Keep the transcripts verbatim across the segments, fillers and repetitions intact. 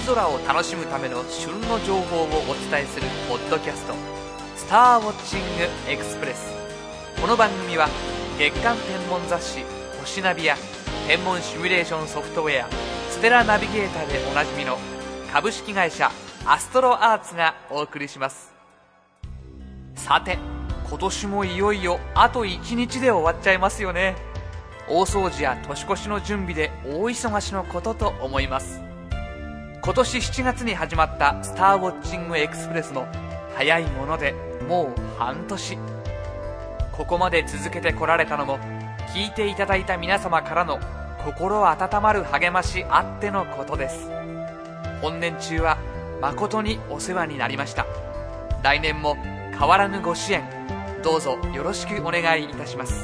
空を楽しむための旬の情報をお伝えするポッドキャスト、スターウォッチングエクスプレス。この番組は月間天文雑誌星ナビや天文シミュレーションソフトウェアステラナビゲーターでおなじみの株式会社アストロアーツがお送りします。さて、今年もいよいよあといちにちで終わっちゃいますよね。大掃除や年越しの準備で大忙しのことと思います。今年しちがつに始まったスターウォッチングエクスプレスも早いものでもう半年。ここまで続けてこられたのも聞いていただいた皆様からの心温まる励ましあってのことです。本年中は誠にお世話になりました。来年も変わらぬご支援どうぞよろしくお願いいたします。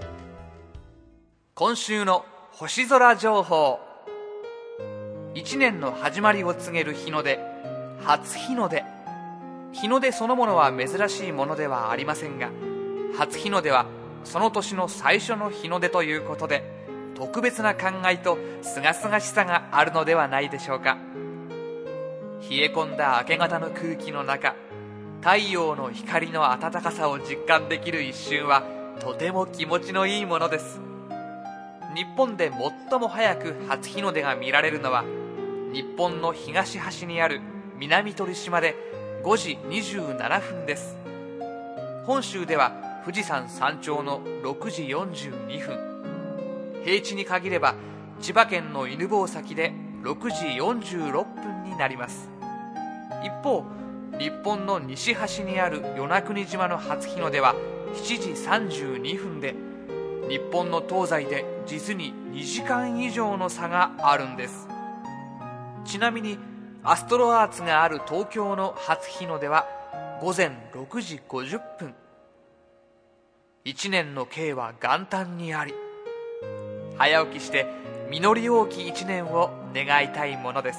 今週の星空情報。一年の始まりを告げる日の出、初日の出。日の出そのものは珍しいものではありませんが、初日の出はその年の最初の日の出ということで、特別な感慨と清々しさがあるのではないでしょうか。冷え込んだ明け方の空気の中、太陽の光の暖かさを実感できる一瞬はとても気持ちのいいものです。日本で最も早く初日の出が見られるのは日本の東端にある南鳥島でごじにじゅうななふんです。本州では富士山山頂のろくじよんじゅうにふん、平地に限れば千葉県の犬吠埼でろくじよんじゅうろっぷんになります。一方、日本の西端にある与那国島の初日の出はしちじさんじゅうにふんで、日本の東西で実ににじかん以上の差があるんです。ちなみにアストロアーツがある東京の初日の出はごぜんろくじごじゅっぷん。一年の計は元旦にあり、早起きして実り多き一年を願いたいものです。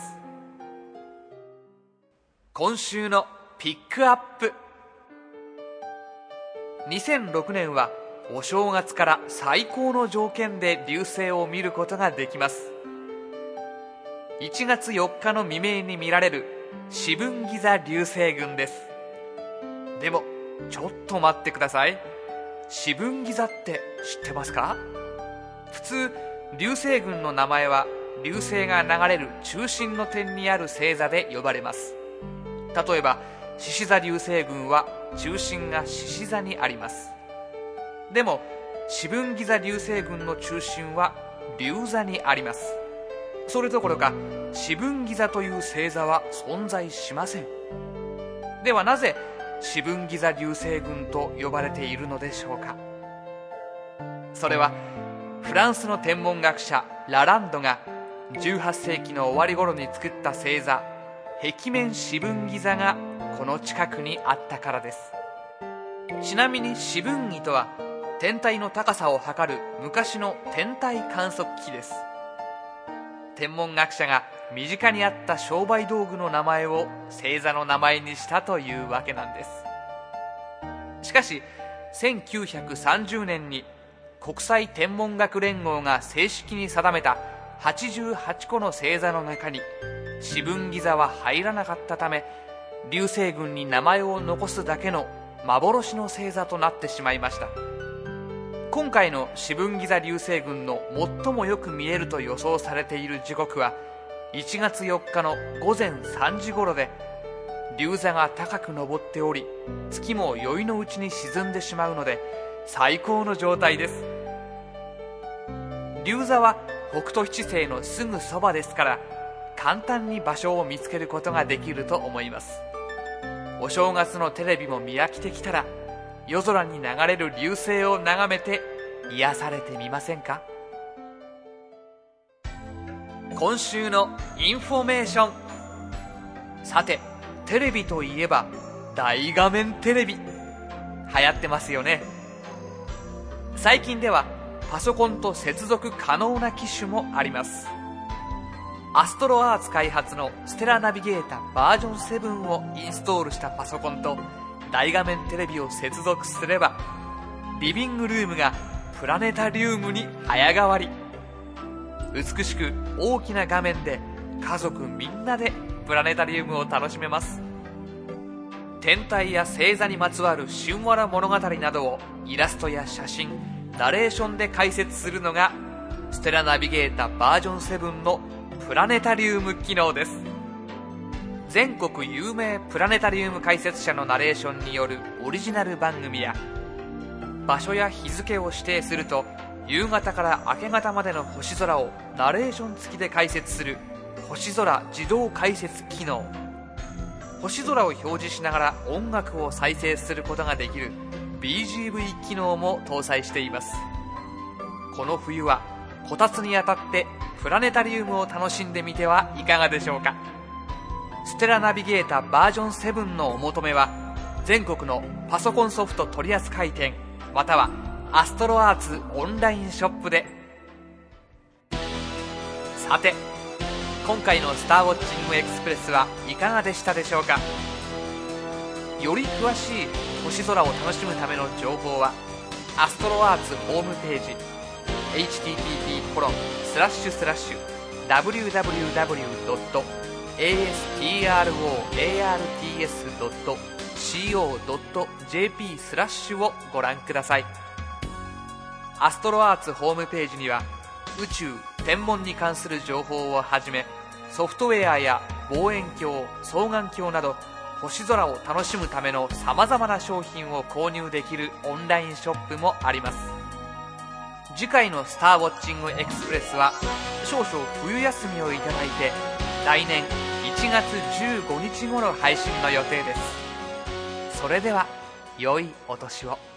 今週のピックアップ。にせんろくねんはお正月から最高の条件で流星を見ることができます。いちがつよっかの未明に見られる四分ギザ流星群です。でもちょっと待ってください。四分ギザって知ってますか？普通流星群の名前は流星が流れる中心の点にある星座で呼ばれます。例えば獅子座流星群は中心が獅子座にあります。でも四分ギザ流星群の中心は竜座にあります。それどころか四分ギザという星座は存在しません。ではなぜ四分ギザ流星群と呼ばれているのでしょうか。それはフランスの天文学者ラランドがじゅうはっせいきの終わり頃に作った星座壁面四分ギザがこの近くにあったからです。ちなみに四分儀とは天体の高さを測る昔の天体観測機です。天文学者が身近にあった商売道具の名前を星座の名前にしたというわけなんです。しかしせんきゅうひゃくさんじゅうねんに国際天文学連合が正式に定めたはちじゅうはちこの星座の中に四分ギザは入らなかったため、流星群に名前を残すだけの幻の星座となってしまいました。今回の四分ギザ流星群の最もよく見えると予想されている時刻はいちがつよっかのごぜんさんじ頃で、竜座が高く昇っており月も宵のうちに沈んでしまうので最高の状態です。竜座は北斗七星のすぐそばですから、簡単に場所を見つけることができると思います。お正月のテレビも見飽きてきたら、夜空に流れる流星を眺めて癒されてみませんか？今週のインフォメーション。さて、テレビといえば大画面テレビ流行ってますよね。最近ではパソコンと接続可能な機種もあります。アストロアーツ開発のステラナビゲータバージョンセブンをインストールしたパソコンと大画面テレビを接続すれば、リビングルームがプラネタリウムに早変わり。美しく大きな画面で家族みんなでプラネタリウムを楽しめます。天体や星座にまつわる神話な物語などをイラストや写真、ナレーションで解説するのがステラナビゲータバージョンセブンのプラネタリウム機能です。全国有名プラネタリウム解説者のナレーションによるオリジナル番組や、場所や日付を指定すると夕方から明け方までの星空をナレーション付きで解説する星空自動解説機能、星空を表示しながら音楽を再生することができる ビージーブイ 機能も搭載しています。この冬はこたつにあたってプラネタリウムを楽しんでみてはいかがでしょうか。ステラナビゲータバージョンセブンのお求めは全国のパソコンソフト取扱店またはアストロアーツオンラインショップで。さて、今回のスターウォッチングエクスプレスはいかがでしたでしょうか。より詳しい星空を楽しむための情報はアストロアーツホームページ エイチティーティーピーコロンスラッシュスラッシュダブリューダブリューダブリュードットエーエストロアールティーエスドットシーオードットジェーピー スラッシュをご覧ください。アストロアーツホームページには宇宙天文に関する情報をはじめ、ソフトウェアや望遠鏡、双眼鏡など星空を楽しむためのさまざまな商品を購入できるオンラインショップもあります。次回のスターウォッチングエクスプレスは少々冬休みをいただいて来年いちがつじゅうごにち頃配信の予定です。それでは良いお年を。